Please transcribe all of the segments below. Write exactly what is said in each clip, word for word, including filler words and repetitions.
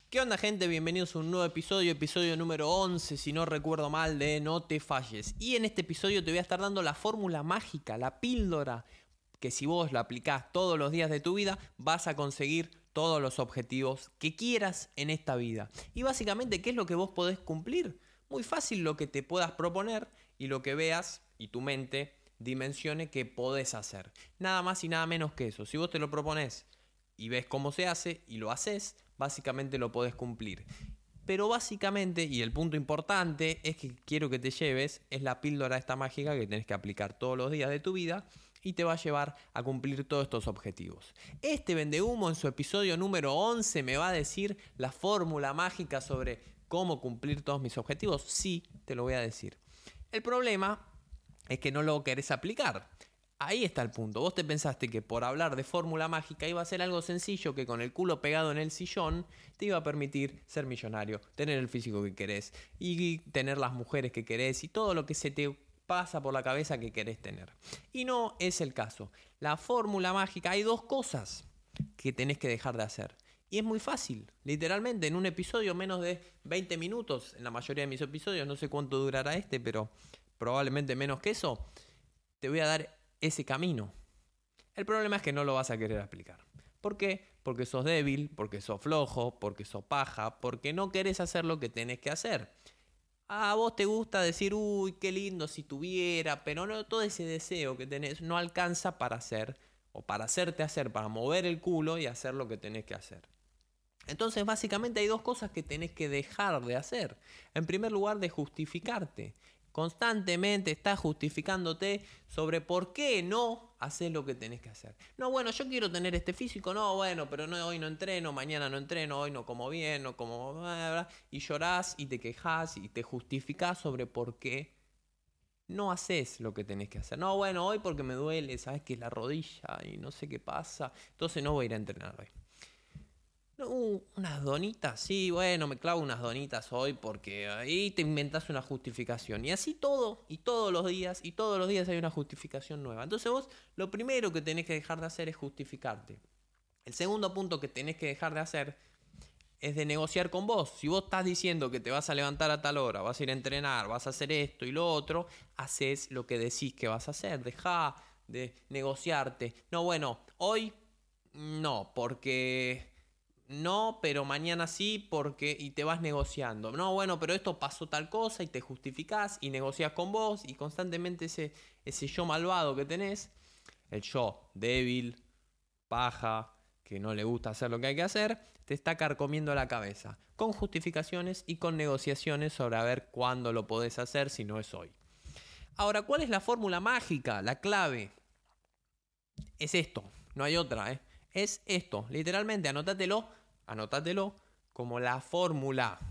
¿Qué onda, gente? Bienvenidos a un nuevo episodio, episodio número once, si no recuerdo mal, de No Te Falles. Y en este episodio te voy a estar dando la fórmula mágica, la píldora, que si vos la aplicás todos los días de tu vida, vas a conseguir todos los objetivos que quieras en esta vida. Y básicamente, ¿qué es lo que vos podés cumplir? Muy fácil, lo que te puedas proponer y lo que veas y tu mente dimensione que podés hacer. Nada más y nada menos que eso. Si vos te lo propones y ves cómo se hace y lo haces, básicamente lo podés cumplir. Pero básicamente, y el punto importante es que quiero que te lleves, es la píldora esta mágica que tenés que aplicar todos los días de tu vida y te va a llevar a cumplir todos estos objetivos. Este vendehumo en su episodio número once me va a decir la fórmula mágica sobre cómo cumplir todos mis objetivos. Sí, te lo voy a decir. El problema es que no lo querés aplicar. Ahí está el punto. Vos te pensaste que por hablar de fórmula mágica iba a ser algo sencillo que con el culo pegado en el sillón te iba a permitir ser millonario, tener el físico que querés y tener las mujeres que querés y todo lo que se te pasa por la cabeza que querés tener. Y no es el caso. La fórmula mágica, hay dos cosas que tenés que dejar de hacer. Y es muy fácil, literalmente en un episodio menos de veinte minutos, en la mayoría de mis episodios, no sé cuánto durará este, pero probablemente menos que eso, te voy a dar ese camino. El problema es que no lo vas a querer aplicar. ¿Por qué? Porque sos débil, porque sos flojo, porque sos paja, porque no querés hacer lo que tenés que hacer. A vos te gusta decir, uy, qué lindo si tuviera, pero no, todo ese deseo que tenés no alcanza para hacer, o para hacerte hacer, para mover el culo y hacer lo que tenés que hacer. Entonces, básicamente hay dos cosas que tenés que dejar de hacer. En primer lugar, de justificarte. Constantemente estás justificándote sobre por qué no haces lo que tenés que hacer. No, bueno, yo quiero tener este físico. No, bueno, pero no, hoy no entreno, mañana no entreno, hoy no como bien, no como... Bla, bla, bla, y llorás y te quejás y te justificás sobre por qué no haces lo que tenés que hacer. No, bueno, hoy porque me duele, sabes que es la rodilla y no sé qué pasa, entonces no voy a ir a entrenar hoy. No, uh, unas donitas, sí, bueno, me clavo unas donitas hoy porque ahí te inventas una justificación. Y así todo, y todos los días, y todos los días hay una justificación nueva. Entonces vos lo primero que tenés que dejar de hacer es justificarte. El segundo punto que tenés que dejar de hacer es de negociar con vos. Si vos estás diciendo que te vas a levantar a tal hora, vas a ir a entrenar, vas a hacer esto y lo otro, haces lo que decís que vas a hacer. Dejá de negociarte. No, bueno, hoy no, porque... No, pero mañana sí, porque... Y te vas negociando. No, bueno, pero esto pasó tal cosa y te justificás y negociás con vos y constantemente ese, ese yo malvado que tenés, el yo débil, paja, que no le gusta hacer lo que hay que hacer, te está carcomiendo la cabeza. Con justificaciones y con negociaciones sobre a ver cuándo lo podés hacer si no es hoy. Ahora, ¿cuál es la fórmula mágica? La clave. Es esto, no hay otra, ¿eh? Es esto, literalmente, anótatelo, anótatelo como la fórmula.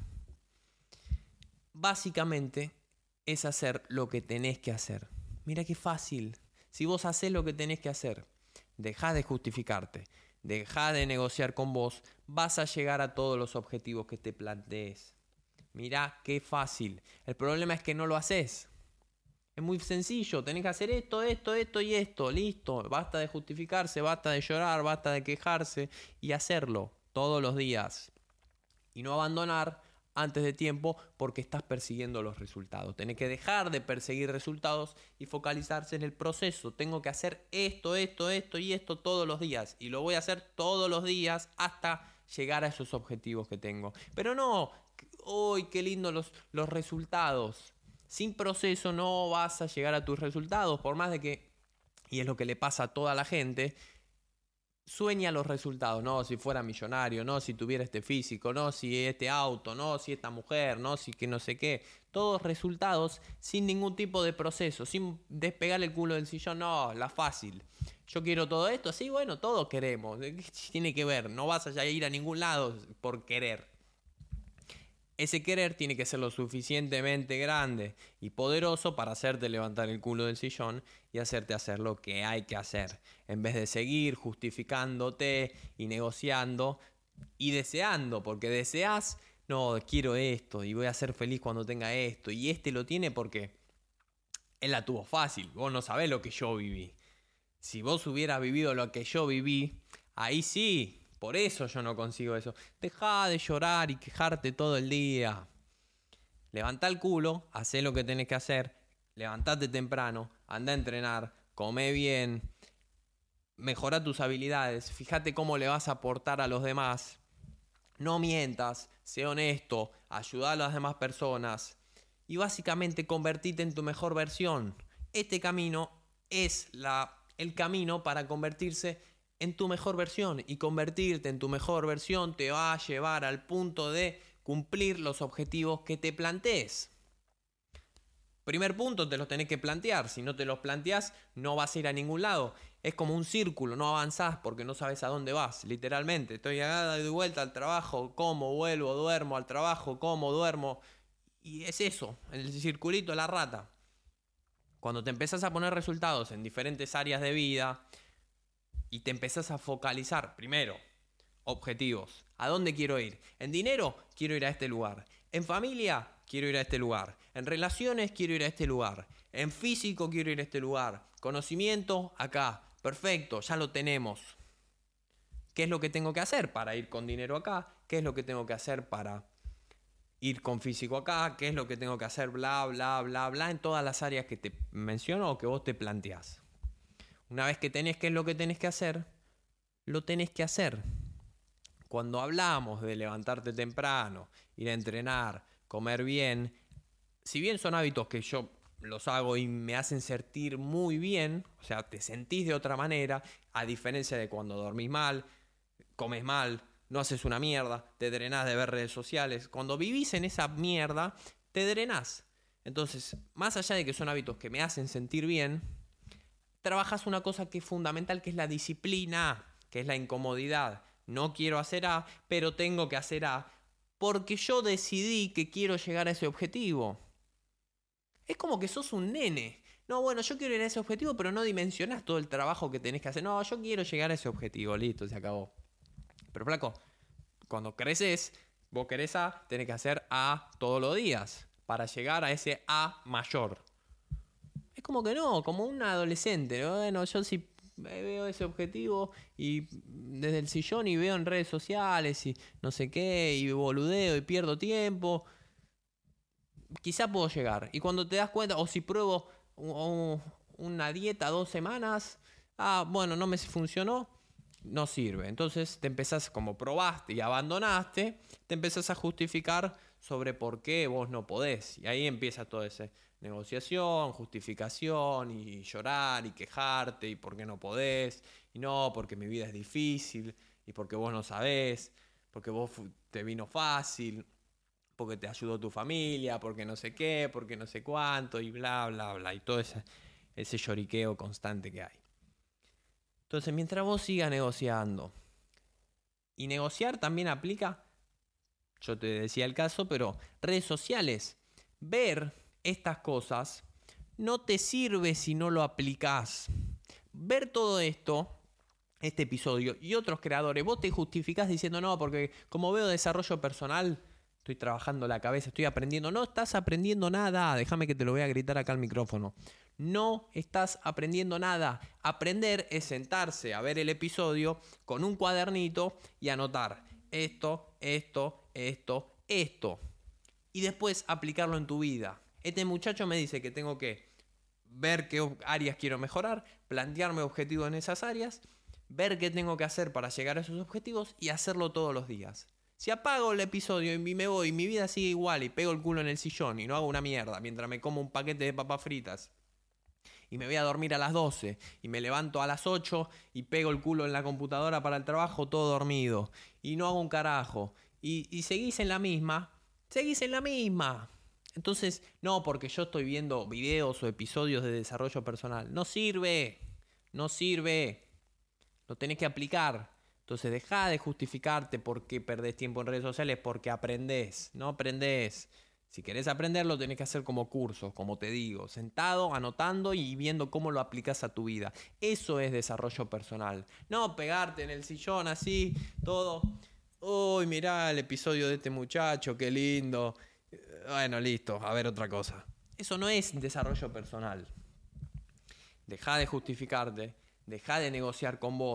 Básicamente es hacer lo que tenés que hacer. Mira qué fácil. Si vos hacés lo que tenés que hacer, dejás de justificarte, dejás de negociar con vos, vas a llegar a todos los objetivos que te plantees. Mirá qué fácil. El problema es que no lo haces. Es muy sencillo, tenés que hacer esto, esto, esto y esto, listo. Basta de justificarse, basta de llorar, basta de quejarse y hacerlo todos los días. Y no abandonar antes de tiempo porque estás persiguiendo los resultados. Tenés que dejar de perseguir resultados y focalizarse en el proceso. Tengo que hacer esto, esto, esto y esto todos los días. Y lo voy a hacer todos los días hasta llegar a esos objetivos que tengo. Pero no, uy, qué lindo los, los resultados. Sin proceso no vas a llegar a tus resultados, por más de que, y es lo que le pasa a toda la gente, sueña los resultados, no, si fuera millonario, no, si tuviera este físico, no, si este auto, no, si esta mujer, no, si que no sé qué, todos resultados sin ningún tipo de proceso, sin despegar el culo del sillón, no, la fácil. Yo quiero todo esto, sí, bueno, todos queremos, ¿qué tiene que ver? No vas a ir a ningún lado por querer. Ese querer tiene que ser lo suficientemente grande y poderoso para hacerte levantar el culo del sillón y hacerte hacer lo que hay que hacer. En vez de seguir justificándote y negociando y deseando, porque deseas, no, quiero esto y voy a ser feliz cuando tenga esto. Y este lo tiene porque él la tuvo fácil, vos no sabés lo que yo viví. Si vos hubieras vivido lo que yo viví, ahí sí Por eso yo no consigo eso. Dejá de llorar y quejarte todo el día. Levantá el culo, hacé lo que tenés que hacer, levantate temprano, anda a entrenar, come bien, mejora tus habilidades, fíjate cómo le vas a aportar a los demás. No mientas, sé honesto, ayuda a las demás personas y básicamente convertite en tu mejor versión. Este camino es la, el camino para convertirse en tu mejor versión, y convertirte en tu mejor versión te va a llevar al punto de cumplir los objetivos que te plantees. Primer punto, te los tenés que plantear. Si no te los planteás, no vas a ir a ningún lado. Es como un círculo, no avanzás porque no sabes a dónde vas, literalmente. Estoy acá, de vuelta al trabajo, como, vuelvo, duermo al trabajo, como, duermo. Y es eso, el circulito, la rata. Cuando te empezás a poner resultados en diferentes áreas de vida y te empezás a focalizar, primero, objetivos. ¿A dónde quiero ir? En dinero, quiero ir a este lugar. En familia, quiero ir a este lugar. En relaciones, quiero ir a este lugar. En físico, quiero ir a este lugar. Conocimiento, acá. Perfecto, ya lo tenemos. ¿Qué es lo que tengo que hacer para ir con dinero acá? ¿Qué es lo que tengo que hacer para ir con físico acá? ¿Qué es lo que tengo que hacer? Bla, bla, bla, bla. En todas las áreas que te menciono o que vos te planteás. Una vez que tenés qué es lo que tenés que hacer, lo tenés que hacer. Cuando hablamos de levantarte temprano, ir a entrenar, comer bien, si bien son hábitos que yo los hago y me hacen sentir muy bien, o sea, te sentís de otra manera, a diferencia de cuando dormís mal, comes mal, no haces una mierda, te drenás de ver redes sociales. Cuando vivís en esa mierda, te drenás. Entonces, más allá de que son hábitos que me hacen sentir bien, trabajas una cosa que es fundamental, que es la disciplina, que es la incomodidad. No quiero hacer A, pero tengo que hacer A porque yo decidí que quiero llegar a ese objetivo. Es como que sos un nene. No, bueno, yo quiero ir a ese objetivo, pero no dimensionás todo el trabajo que tenés que hacer. No, yo quiero llegar a ese objetivo, listo, se acabó. Pero flaco, cuando creces, vos querés A, tenés que hacer A todos los días para llegar a ese A mayor. Es como que no, como un adolescente, ¿no? Bueno, yo sí veo ese objetivo y desde el sillón y veo en redes sociales y no sé qué, y boludeo y pierdo tiempo. Quizá puedo llegar. Y cuando te das cuenta, o si pruebo una dieta dos semanas, ah, bueno, no me funcionó, no sirve. Entonces te empezás, como probaste y abandonaste, te empezás a justificar sobre por qué vos no podés. Y ahí empieza todo ese negociación, justificación y llorar y quejarte y por qué no podés. Y no, porque mi vida es difícil y porque vos no sabés, porque vos te vino fácil, porque te ayudó tu familia, porque no sé qué, porque no sé cuánto y bla, bla, bla. Y todo ese, ese lloriqueo constante que hay. Entonces, mientras vos sigas negociando, y negociar también aplica, yo te decía el caso, pero redes sociales, ver estas cosas no te sirve si no lo aplicás. Ver todo esto, este episodio y otros creadores, vos te justificás diciendo no, porque como veo desarrollo personal, estoy trabajando la cabeza, estoy aprendiendo. No estás aprendiendo nada, déjame que te lo voy a gritar acá al micrófono. No estás aprendiendo nada. Aprender es sentarse a ver el episodio con un cuadernito y anotar esto, esto, esto, esto. Y después aplicarlo en tu vida. Este muchacho me dice que tengo que ver qué áreas quiero mejorar, plantearme objetivos en esas áreas, ver qué tengo que hacer para llegar a esos objetivos y hacerlo todos los días. Si apago el episodio y me voy y mi vida sigue igual y pego el culo en el sillón y no hago una mierda mientras me como un paquete de papas fritas y me voy a dormir a las doce y me levanto a las ocho y pego el culo en la computadora para el trabajo todo dormido y no hago un carajo y, y seguís en la misma, seguís en la misma. Entonces, no, porque yo estoy viendo videos o episodios de desarrollo personal. No sirve, no sirve. Lo tenés que aplicar. Entonces, dejá de justificarte por qué perdés tiempo en redes sociales, porque aprendés, no aprendés. Si querés aprender, lo tenés que hacer como cursos, como te digo, sentado, anotando y viendo cómo lo aplicás a tu vida. Eso es desarrollo personal. No pegarte en el sillón así, todo. Uy, mirá el episodio de este muchacho, qué lindo. Bueno, listo, a ver otra cosa. Eso no es desarrollo personal. Dejá de justificarte, dejá de negociar con vos.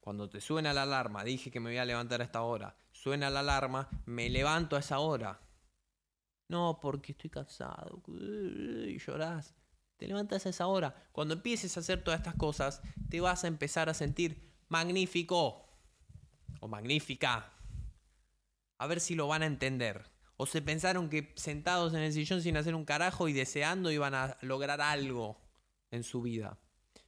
Cuando te suena la alarma, dije que me voy a levantar a esta hora, suena la alarma, me levanto a esa hora. No, porque estoy cansado y llorás. Te levantas a esa hora. Cuando empieces a hacer todas estas cosas, te vas a empezar a sentir magnífico o magnífica. A ver si lo van a entender. O se pensaron que sentados en el sillón sin hacer un carajo y deseando iban a lograr algo en su vida.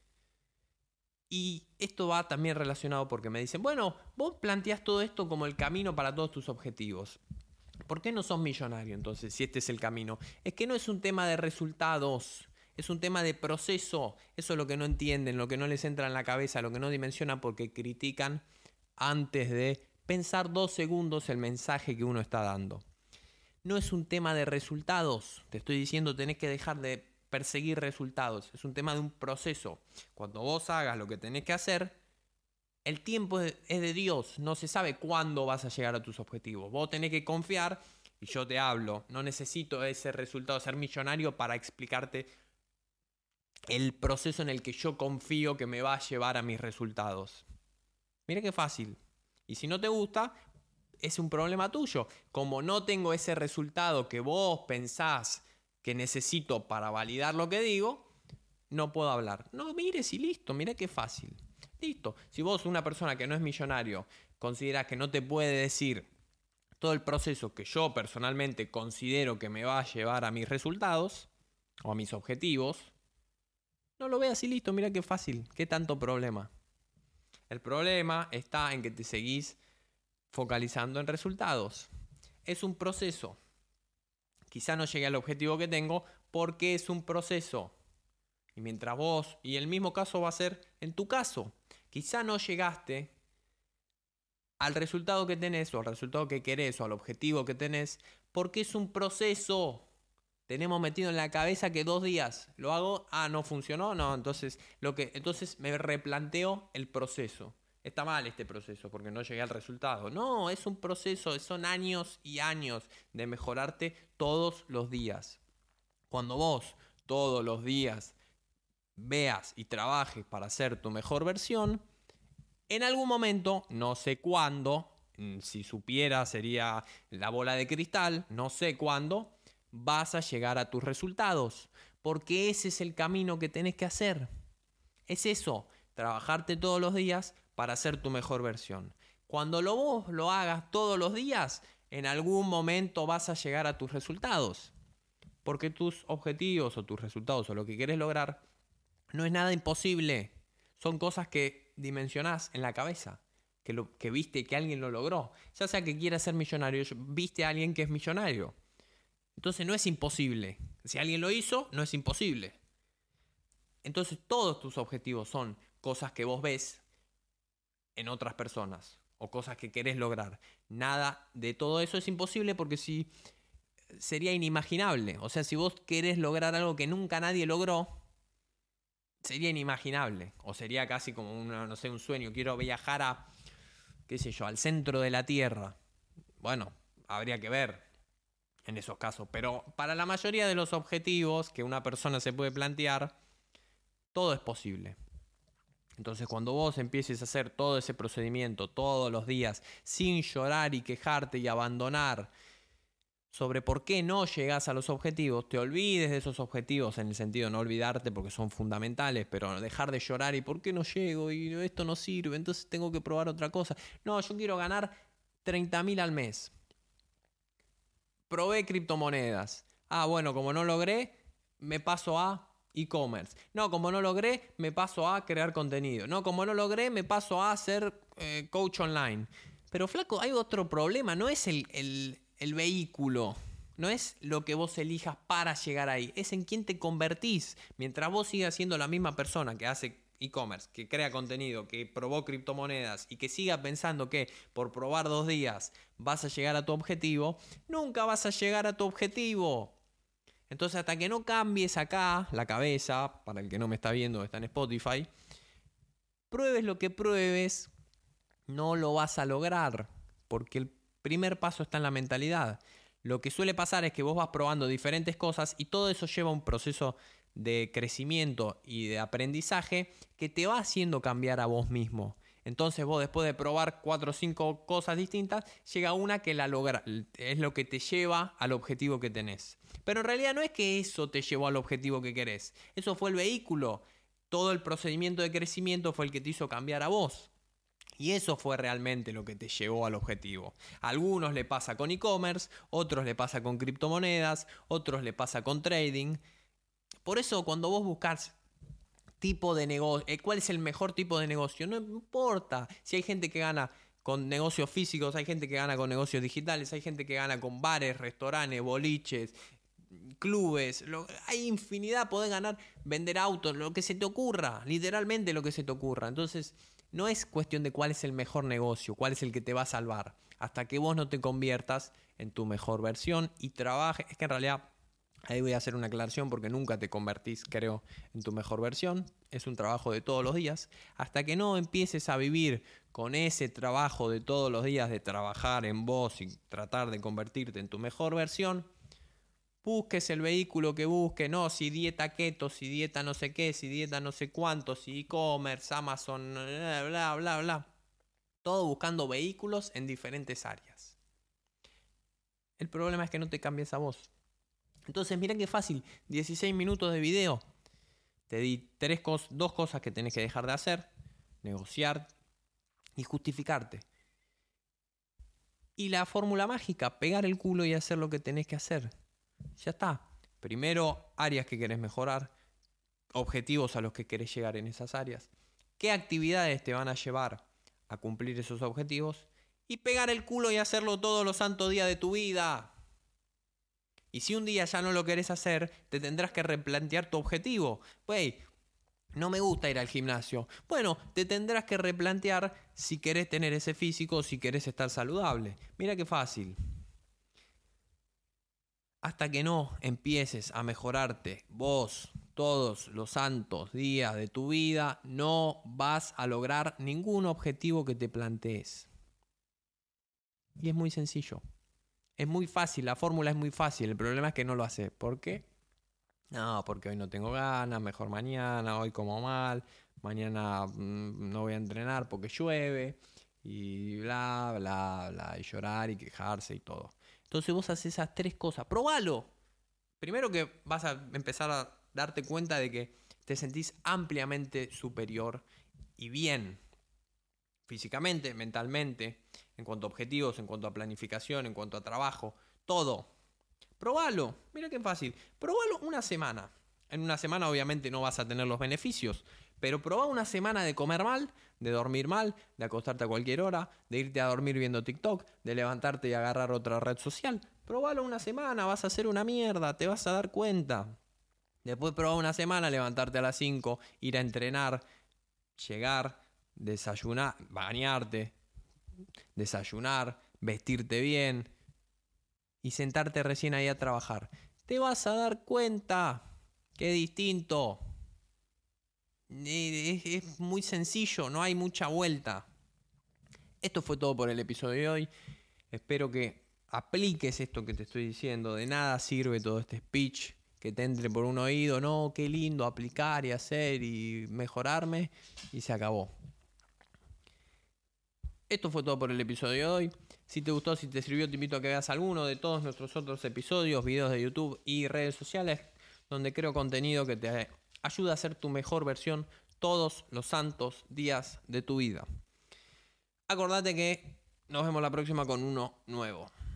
Y esto va también relacionado porque me dicen, bueno, vos planteás todo esto como el camino para todos tus objetivos. ¿Por qué no sos millonario entonces, si este es el camino? Es que no es un tema de resultados, es un tema de proceso. Eso es lo que no entienden, lo que no les entra en la cabeza, lo que no dimensionan porque critican antes de pensar dos segundos el mensaje que uno está dando. No es un tema de resultados, te estoy diciendo tenés que dejar de perseguir resultados, es un tema de un proceso. Cuando vos hagas lo que tenés que hacer, el tiempo es de Dios, no se sabe cuándo vas a llegar a tus objetivos. Vos tenés que confiar, y yo te hablo, no necesito ese resultado, ser millonario para explicarte el proceso en el que yo confío que me va a llevar a mis resultados. Mira qué fácil. Y si no te gusta, es un problema tuyo. Como no tengo ese resultado que vos pensás que necesito para validar lo que digo, no puedo hablar. No mires y listo, mira qué fácil. Listo. Si vos, una persona que no es millonario, considerás que no te puede decir todo el proceso que yo personalmente considero que me va a llevar a mis resultados o a mis objetivos, no lo veas y listo, mira qué fácil. ¿Qué tanto problema? El problema está en que te seguís focalizando en resultados. Es un proceso. Quizá no llegue al objetivo que tengo porque es un proceso. Y mientras vos, y el mismo caso va a ser en tu caso, quizá no llegaste al resultado que tenés o al resultado que querés o al objetivo que tenés porque es un proceso. Tenemos metido en la cabeza que dos días lo hago, ah, no funcionó, no, entonces, lo que, entonces me replanteo el proceso. Está mal este proceso porque no llegué al resultado. No, es un proceso, son años y años de mejorarte todos los días. Cuando vos todos los días veas y trabajes para ser tu mejor versión, en algún momento, no sé cuándo, si supiera sería la bola de cristal, no sé cuándo, vas a llegar a tus resultados, porque ese es el camino que tenés que hacer. Es eso, trabajarte todos los días para ser tu mejor versión. Cuando lo vos lo hagas todos los días, en algún momento vas a llegar a tus resultados, porque tus objetivos o tus resultados o lo que querés lograr no es nada imposible. Son cosas que dimensionás en la cabeza, que, lo, que viste que alguien lo logró. Ya sea que quieras ser millonario, viste a alguien que es millonario. Entonces no es imposible. Si alguien lo hizo, no es imposible. Entonces todos tus objetivos son cosas que vos ves en otras personas o cosas que querés lograr. Nada de todo eso es imposible porque si sería inimaginable. O sea, si vos querés lograr algo que nunca nadie logró, sería inimaginable. O sería casi como una, no sé, un sueño. Quiero viajar a, qué sé yo, al centro de la Tierra. Bueno, habría que ver en esos casos. Pero para la mayoría de los objetivos que una persona se puede plantear, todo es posible. Entonces cuando vos empieces a hacer todo ese procedimiento todos los días sin llorar y quejarte y abandonar sobre por qué no llegás a los objetivos, te olvides de esos objetivos en el sentido de no olvidarte porque son fundamentales, pero dejar de llorar y por qué no llego y esto no sirve, entonces tengo que probar otra cosa. No, yo quiero ganar treinta mil al mes. Probé criptomonedas. Ah, bueno, como no logré, me paso a e-commerce. No, como no logré, me paso a crear contenido. No, como no logré, me paso a ser eh, coach online. Pero flaco, hay otro problema. No es el, el, el vehículo. No es lo que vos elijas para llegar ahí. Es en quién te convertís. Mientras vos sigas siendo la misma persona que hace e-commerce, que crea contenido, que probó criptomonedas y que siga pensando que por probar dos días vas a llegar a tu objetivo, nunca vas a llegar a tu objetivo. Entonces hasta que no cambies acá la cabeza, para el que no me está viendo, está en Spotify, pruebes lo que pruebes, no lo vas a lograr, porque el primer paso está en la mentalidad. Lo que suele pasar es que vos vas probando diferentes cosas y todo eso lleva a un proceso de crecimiento y de aprendizaje que te va haciendo cambiar a vos mismo. Entonces vos después de probar cuatro o cinco cosas distintas, llega una que la logra, es lo que te lleva al objetivo que tenés. Pero en realidad no es que eso te llevó al objetivo que querés. Eso fue el vehículo. Todo el procedimiento de crecimiento fue el que te hizo cambiar a vos. Y eso fue realmente lo que te llevó al objetivo. A algunos le pasa con e-commerce, otros le pasa con criptomonedas, otros le pasa con trading. Por eso cuando vos buscás tipo de negocio, cuál es el mejor tipo de negocio, no importa si hay gente que gana con negocios físicos, hay gente que gana con negocios digitales, hay gente que gana con bares, restaurantes, boliches, clubes, lo, hay infinidad, podés ganar, vender autos, lo que se te ocurra, literalmente lo que se te ocurra. Entonces no es cuestión de cuál es el mejor negocio, cuál es el que te va a salvar, hasta que vos no te conviertas en tu mejor versión y trabajes. Es que en realidad ahí voy a hacer una aclaración porque nunca te convertís, creo, en tu mejor versión. Es un trabajo de todos los días. Hasta que no empieces a vivir con ese trabajo de todos los días de trabajar en vos y tratar de convertirte en tu mejor versión, busques el vehículo que busques, no, si dieta keto, si dieta no sé qué, si dieta no sé cuánto, si e-commerce, Amazon, bla, bla, bla, bla. Todo buscando vehículos en diferentes áreas. El problema es que no te cambies a vos. Entonces, mirá qué fácil, dieciséis minutos de video. Te di tres cos- dos cosas que tenés que dejar de hacer, negociar y justificarte. Y la fórmula mágica, pegar el culo y hacer lo que tenés que hacer. Ya está. Primero, áreas que querés mejorar, objetivos a los que querés llegar en esas áreas. ¿Qué actividades te van a llevar a cumplir esos objetivos? Y pegar el culo y hacerlo todos los santos días de tu vida. Y si un día ya no lo querés hacer, te tendrás que replantear tu objetivo. Wey, no me gusta ir al gimnasio. Bueno, te tendrás que replantear si querés tener ese físico o si querés estar saludable. Mira qué fácil. Hasta que no empieces a mejorarte vos todos los santos días de tu vida, no vas a lograr ningún objetivo que te plantees. Y es muy sencillo. Es muy fácil, la fórmula es muy fácil. El problema es que no lo haces. ¿Por qué? No, porque hoy no tengo ganas, mejor mañana, hoy como mal, mañana mmm, no voy a entrenar porque llueve, y bla, bla, bla, y llorar y quejarse y todo. Entonces vos haces esas tres cosas, probalo. Primero que vas a empezar a darte cuenta de que te sentís ampliamente superior y bien, físicamente, mentalmente, en cuanto a objetivos, en cuanto a planificación, en cuanto a trabajo, todo. Probalo, mira qué fácil. Probalo una semana. En una semana obviamente no vas a tener los beneficios, pero probá una semana de comer mal, de dormir mal, de acostarte a cualquier hora, de irte a dormir viendo TikTok, de levantarte y agarrar otra red social. Probalo una semana, vas a hacer una mierda, te vas a dar cuenta. Después probá una semana, levantarte a las cinco, ir a entrenar, llegar, desayunar, bañarte, desayunar, vestirte bien y sentarte recién ahí a trabajar. Te vas a dar cuenta que es distinto. Es, es muy sencillo, no hay mucha vuelta. Esto fue todo por el episodio de hoy. Espero que apliques esto que te estoy diciendo. De nada sirve todo este speech que te entre por un oído. No, qué lindo aplicar y hacer y mejorarme. Y se acabó. Esto fue todo por el episodio de hoy. Si te gustó, si te sirvió, te invito a que veas alguno de todos nuestros otros episodios, videos de YouTube y redes sociales, donde creo contenido que te ayuda a ser tu mejor versión todos los santos días de tu vida. Acordate que nos vemos la próxima con uno nuevo.